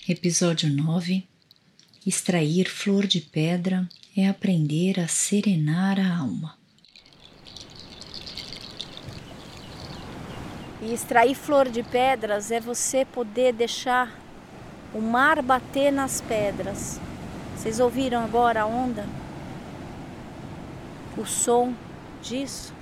Episódio 9. Extrair flor de pedra é aprender a serenar a alma. E extrair flor de pedras é você poder deixar o mar bater nas pedras. Vocês ouviram agora a onda? O som disso?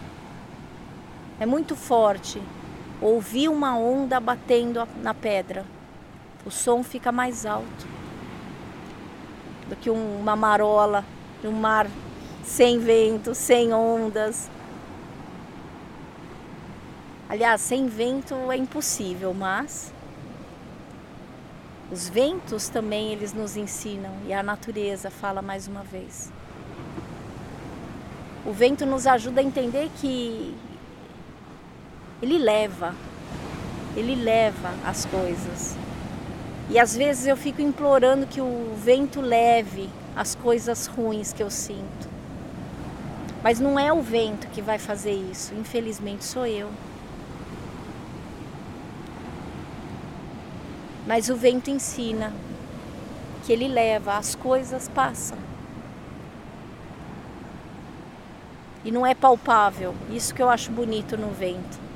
É muito forte ouvir uma onda batendo na pedra. O som fica mais alto do que uma marola de um mar sem vento, sem ondas. Aliás, sem vento é impossível, mas os ventos também eles nos ensinam e a natureza fala mais uma vez. O vento nos ajuda a entender que ele leva as coisas. E às vezes eu fico implorando que o vento leve as coisas ruins que eu sinto. Mas não é o vento que vai fazer isso, infelizmente sou eu. Mas o vento ensina que ele leva, as coisas passam. E não é palpável, isso que eu acho bonito no vento.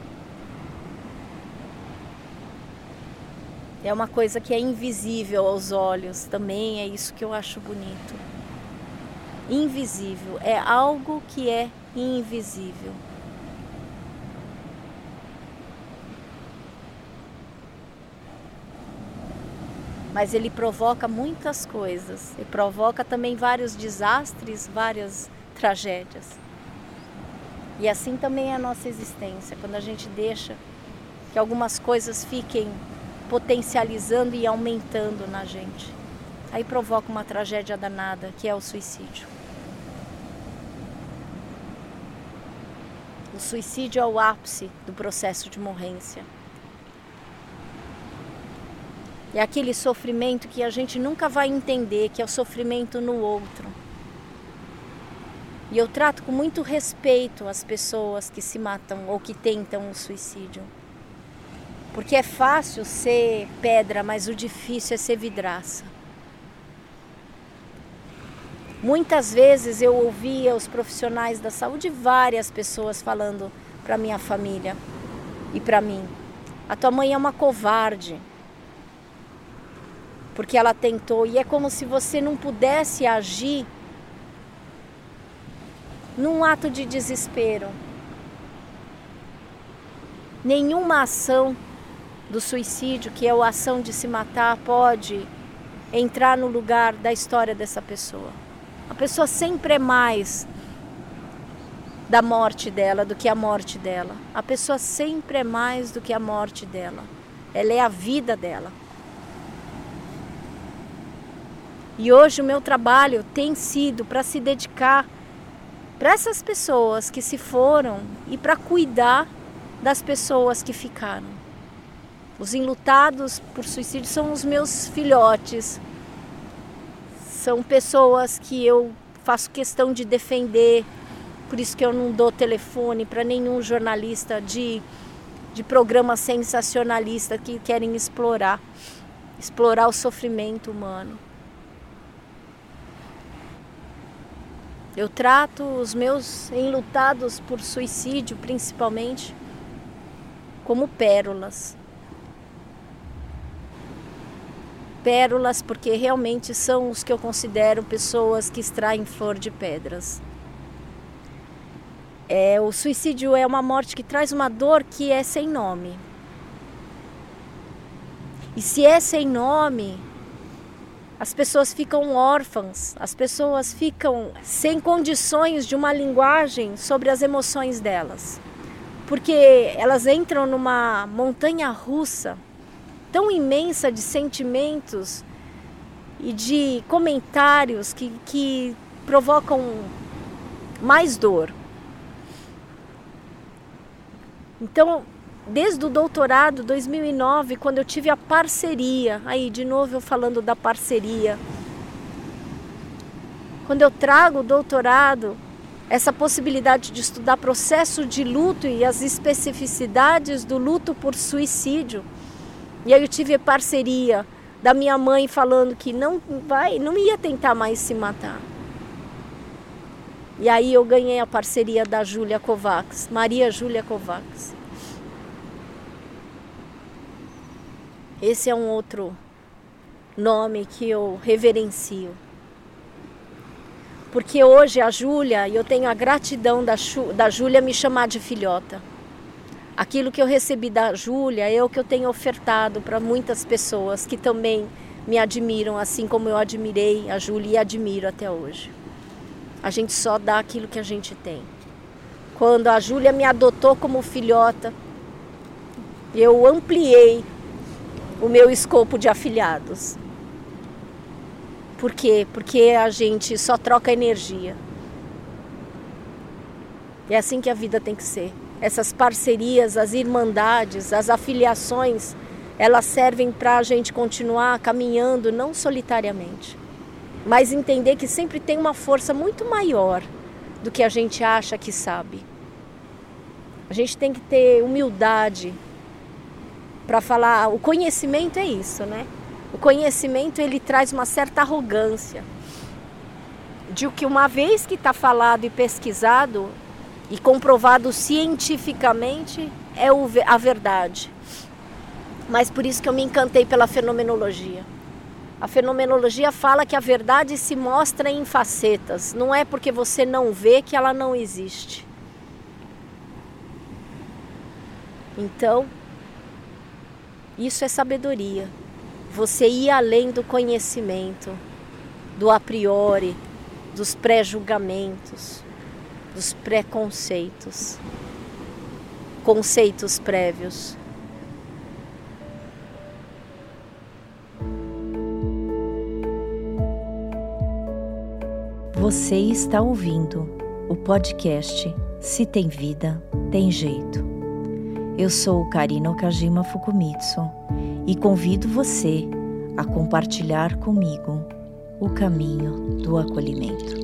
É uma coisa que é invisível aos olhos, também é isso que eu acho bonito. Invisível, é algo que é invisível. Mas ele provoca muitas coisas, e provoca também vários desastres, várias tragédias. E assim também é a nossa existência, quando a gente deixa que algumas coisas fiquem potencializando e aumentando na gente. Aí provoca uma tragédia danada, que é o suicídio. O suicídio é o ápice do processo de morrência. É aquele sofrimento que a gente nunca vai entender, que é o sofrimento no outro. E eu trato com muito respeito as pessoas que se matam ou que tentam o suicídio. Porque é fácil ser pedra, mas o difícil é ser vidraça. Muitas vezes eu ouvia os profissionais da saúde, várias pessoas falando para minha família e para mim: a tua mãe é uma covarde, porque ela tentou. E é como se você não pudesse agir num ato de desespero. Nenhuma ação do suicídio, que é a ação de se matar, pode entrar no lugar da história dessa pessoa. A pessoa sempre é mais da morte dela do que a morte dela. A pessoa sempre é mais do que a morte dela. Ela é a vida dela. E hoje o meu trabalho tem sido para se dedicar para essas pessoas que se foram e para cuidar das pessoas que ficaram. Os enlutados por suicídio são os meus filhotes. São pessoas que eu faço questão de defender. Por isso que eu não dou telefone para nenhum jornalista de programa sensacionalista que querem explorar o sofrimento humano. Eu trato os meus enlutados por suicídio, principalmente, como pérolas. Pérolas porque realmente são os que eu considero pessoas que extraem flor de pedras. O suicídio é uma morte que traz uma dor que é sem nome. E se é sem nome, as pessoas ficam órfãs, as pessoas ficam sem condições de uma linguagem sobre as emoções delas. Porque elas entram numa montanha russa tão imensa de sentimentos e de comentários que provocam mais dor. Então, desde o doutorado, 2009, quando eu tive a parceria, aí de novo eu falando da parceria, quando eu trago o doutorado, essa possibilidade de estudar processo de luto e as especificidades do luto por suicídio, e aí eu tive parceria da minha mãe falando que não ia tentar mais se matar. E aí eu ganhei a parceria da Júlia Kovacs, Maria Júlia Kovacs. Esse é um outro nome que eu reverencio. Porque hoje a Júlia, e eu tenho a gratidão da Júlia me chamar de filhota. Aquilo que eu recebi da Júlia é o que eu tenho ofertado para muitas pessoas que também me admiram, assim como eu admirei a Júlia e admiro até hoje. A gente só dá aquilo que a gente tem. Quando a Júlia me adotou como filhota, eu ampliei o meu escopo de afilhados. Por quê? Porque a gente só troca energia. É assim que a vida tem que ser. Essas parcerias, as irmandades, as afiliações, elas servem para a gente continuar caminhando, não solitariamente, mas entender que sempre tem uma força muito maior do que a gente acha que sabe. A gente tem que ter humildade para falar. O conhecimento é isso, né? O conhecimento, ele traz uma certa arrogância de que uma vez que está falado e pesquisado e comprovado cientificamente é a verdade. Mas por isso que eu me encantei pela fenomenologia. A fenomenologia fala que a verdade se mostra em facetas. Não é porque você não vê que ela não existe. Então, isso é sabedoria. Você ir além do conhecimento, do a priori, dos pré-julgamentos, dos preconceitos, conceitos prévios. Você está ouvindo o podcast Se Tem Vida, Tem Jeito. Eu sou Karina Okajima Fukumitsu e convido você a compartilhar comigo o caminho do acolhimento.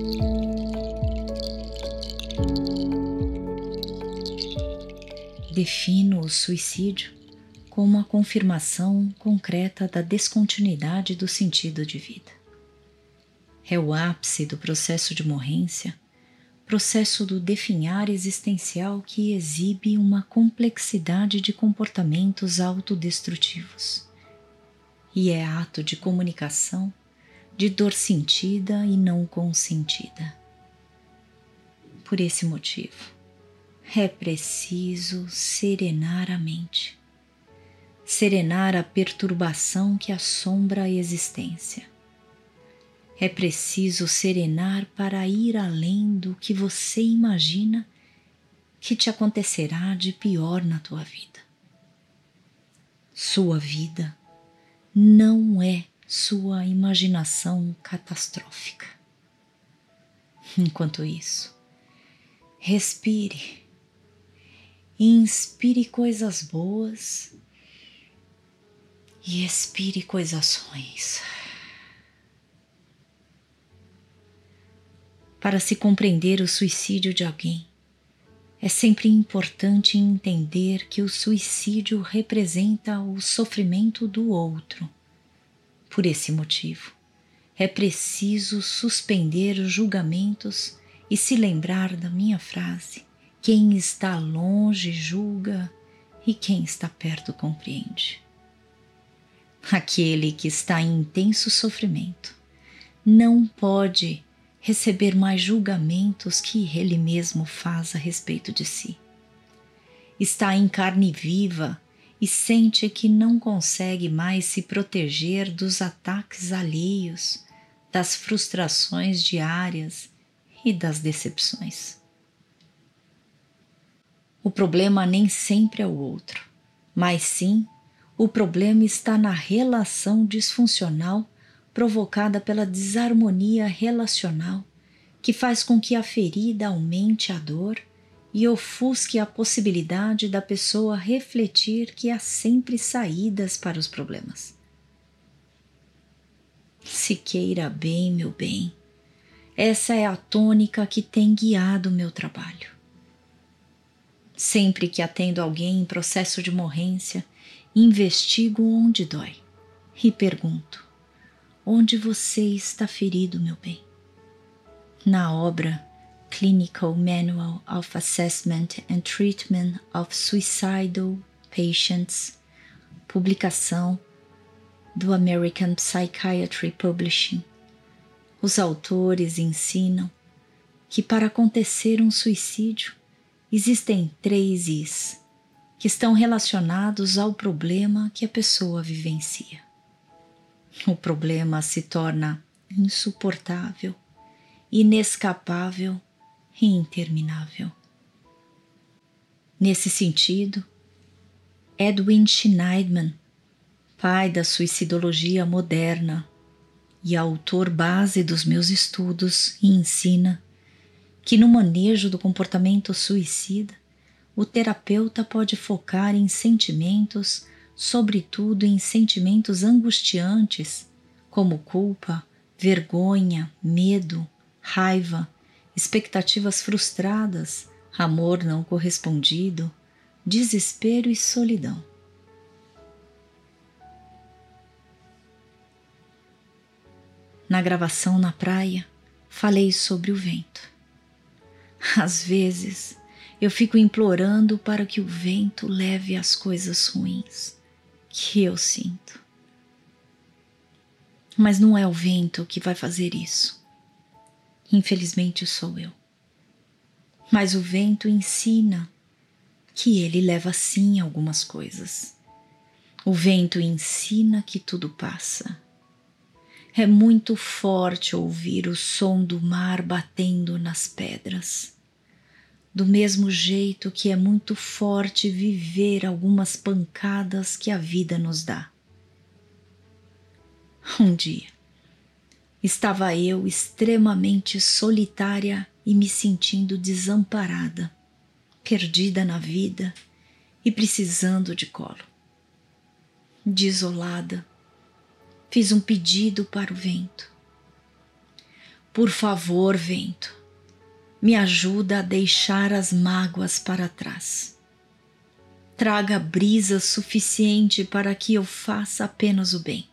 Defino o suicídio como a confirmação concreta da descontinuidade do sentido de vida. É o ápice do processo de morrência, processo do definhar existencial que exibe uma complexidade de comportamentos autodestrutivos. E é ato de comunicação, de dor sentida e não consentida. Por esse motivo, é preciso serenar a mente, serenar a perturbação que assombra a existência. É preciso serenar para ir além do que você imagina que te acontecerá de pior na tua vida. Sua vida não é sua imaginação catastrófica. Enquanto isso, respire, inspire coisas boas e expire coisas ruins. Para se compreender o suicídio de alguém, é sempre importante entender que o suicídio representa o sofrimento do outro. Por esse motivo, é preciso suspender os julgamentos e se lembrar da minha frase: quem está longe julga e quem está perto compreende. Aquele que está em intenso sofrimento não pode receber mais julgamentos que ele mesmo faz a respeito de si. Está em carne viva e sente que não consegue mais se proteger dos ataques alheios, das frustrações diárias e das decepções. O problema nem sempre é o outro, mas sim o problema está na relação disfuncional provocada pela desarmonia relacional que faz com que a ferida aumente a dor e ofusque a possibilidade da pessoa refletir que há sempre saídas para os problemas. Se queira bem, meu bem, essa é a tônica que tem guiado o meu trabalho. Sempre que atendo alguém em processo de morrência, investigo onde dói e pergunto: onde você está ferido, meu bem? Na obra Clinical Manual of Assessment and Treatment of Suicidal Patients, publicação do American Psychiatry Publishing, os autores ensinam que para acontecer um suicídio existem 3 Is que estão relacionados ao problema que a pessoa vivencia. O problema se torna insuportável, inescapável e interminável. Nesse sentido, Edwin Shneidman, pai da suicidologia moderna e autor base dos meus estudos, ensina que no manejo do comportamento suicida, o terapeuta pode focar em sentimentos, sobretudo em sentimentos angustiantes, como culpa, vergonha, medo, raiva, expectativas frustradas, amor não correspondido, desespero e solidão. Na gravação na praia, falei sobre o vento. Às vezes, eu fico implorando para que o vento leve as coisas ruins que eu sinto. Mas não é o vento que vai fazer isso. Infelizmente sou eu. Mas o vento ensina que ele leva sim algumas coisas. O vento ensina que tudo passa. É muito forte ouvir o som do mar batendo nas pedras. Do mesmo jeito que é muito forte viver algumas pancadas que a vida nos dá. Um dia, estava eu extremamente solitária e me sentindo desamparada, perdida na vida e precisando de colo. Desolada, fiz um pedido para o vento. Por favor, vento, me ajuda a deixar as mágoas para trás. Traga brisa suficiente para que eu faça apenas o bem.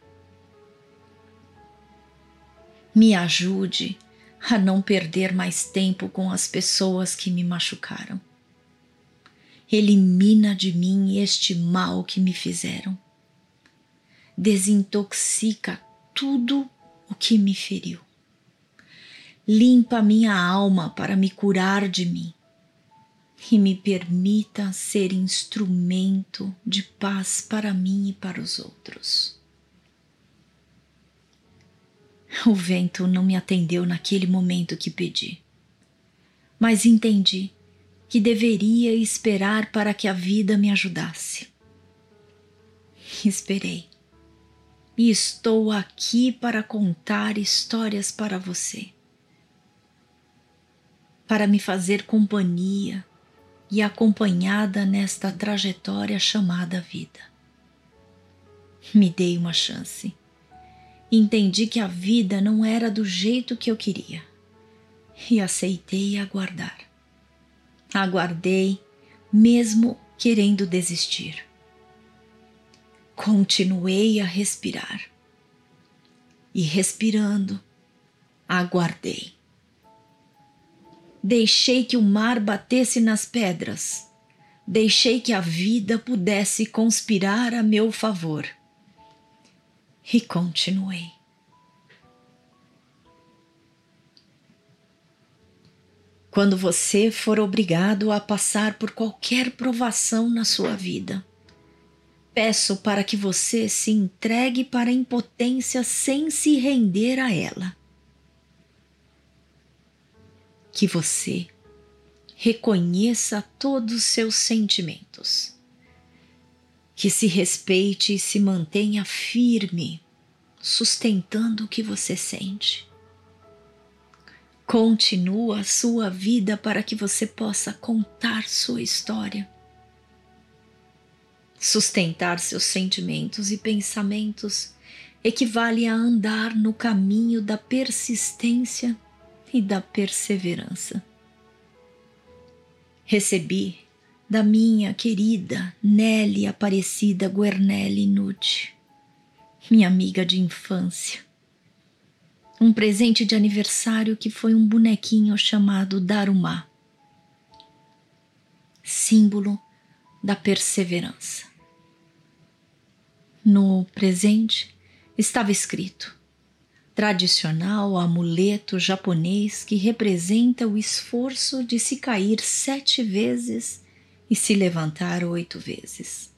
Me ajude a não perder mais tempo com as pessoas que me machucaram. Elimina de mim este mal que me fizeram. Desintoxica tudo o que me feriu. Limpa minha alma para me curar de mim e me permita ser instrumento de paz para mim e para os outros. O vento não me atendeu naquele momento que pedi, mas entendi que deveria esperar para que a vida me ajudasse. Esperei e estou aqui para contar histórias para você, para me fazer companhia e acompanhada nesta trajetória chamada vida. Me dei uma chance. Entendi que a vida não era do jeito que eu queria e aceitei aguardar. Aguardei mesmo querendo desistir. Continuei a respirar e respirando, aguardei. Deixei que o mar batesse nas pedras. Deixei que a vida pudesse conspirar a meu favor. E continuei. Quando você for obrigado a passar por qualquer provação na sua vida, peço para que você se entregue para a impotência sem se render a ela. Que você reconheça todos os seus sentimentos. Que se respeite e se mantenha firme, sustentando o que você sente. Continua a sua vida para que você possa contar sua história. Sustentar seus sentimentos e pensamentos equivale a andar no caminho da persistência e da perseverança. Recebi da minha querida Nelly Aparecida Guernelli Nucci minha amiga de infância. Um presente de aniversário que foi um bonequinho chamado Daruma, símbolo da perseverança. No presente estava escrito: tradicional amuleto japonês que representa o esforço de se cair 7 vezes e se levantar 8 vezes.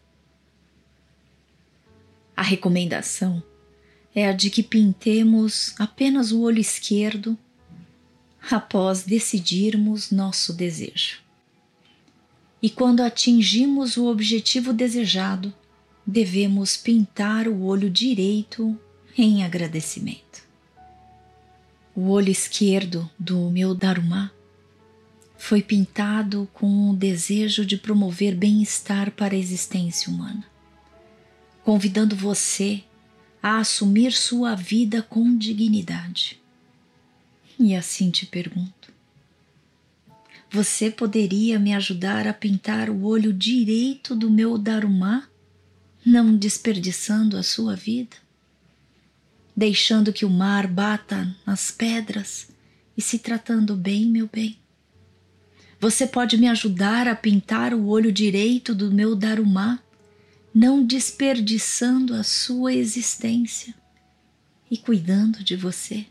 A recomendação é a de que pintemos apenas o olho esquerdo após decidirmos nosso desejo. E quando atingimos o objetivo desejado, devemos pintar o olho direito em agradecimento. O olho esquerdo do meu Daruma foi pintado com o desejo de promover bem-estar para a existência humana, convidando você a assumir sua vida com dignidade. E assim te pergunto: você poderia me ajudar a pintar o olho direito do meu Daruma, não desperdiçando a sua vida? Deixando que o mar bata nas pedras e se tratando bem, meu bem? Você pode me ajudar a pintar o olho direito do meu Daruma, não desperdiçando a sua existência e cuidando de você?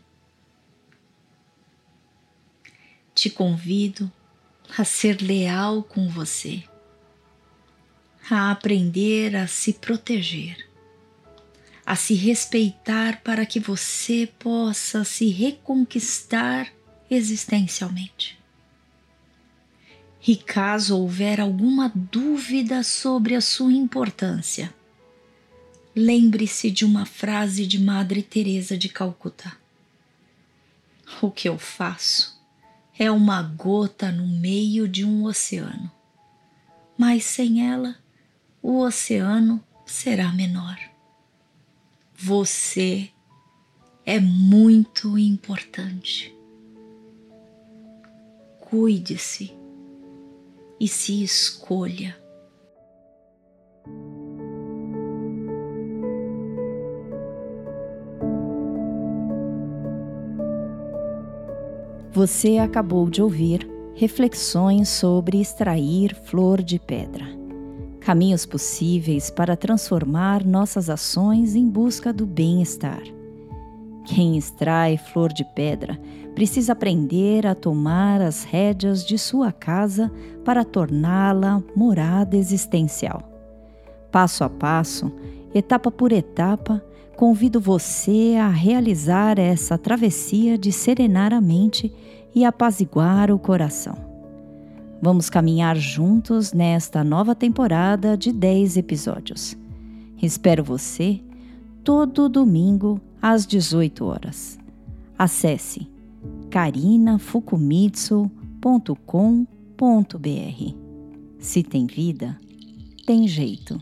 Te convido a ser leal com você, a aprender a se proteger, a se respeitar para que você possa se reconquistar existencialmente. E caso houver alguma dúvida sobre a sua importância, lembre-se de uma frase de Madre Teresa de Calcutá: o que eu faço é uma gota no meio de um oceano, mas sem ela o oceano será menor. Você é muito importante. Cuide-se e se escolha. Você acabou de ouvir reflexões sobre extrair flor de pedra. Caminhos possíveis para transformar nossas ações em busca do bem-estar. Quem extrai flor de pedra precisa aprender a tomar as rédeas de sua casa para torná-la morada existencial. Passo a passo, etapa por etapa, convido você a realizar essa travessia de serenar a mente e apaziguar o coração. Vamos caminhar juntos nesta nova temporada de 10 episódios. Espero você todo domingo às 18 horas. Acesse karinafukumitsu.com.br. Se tem vida, tem jeito.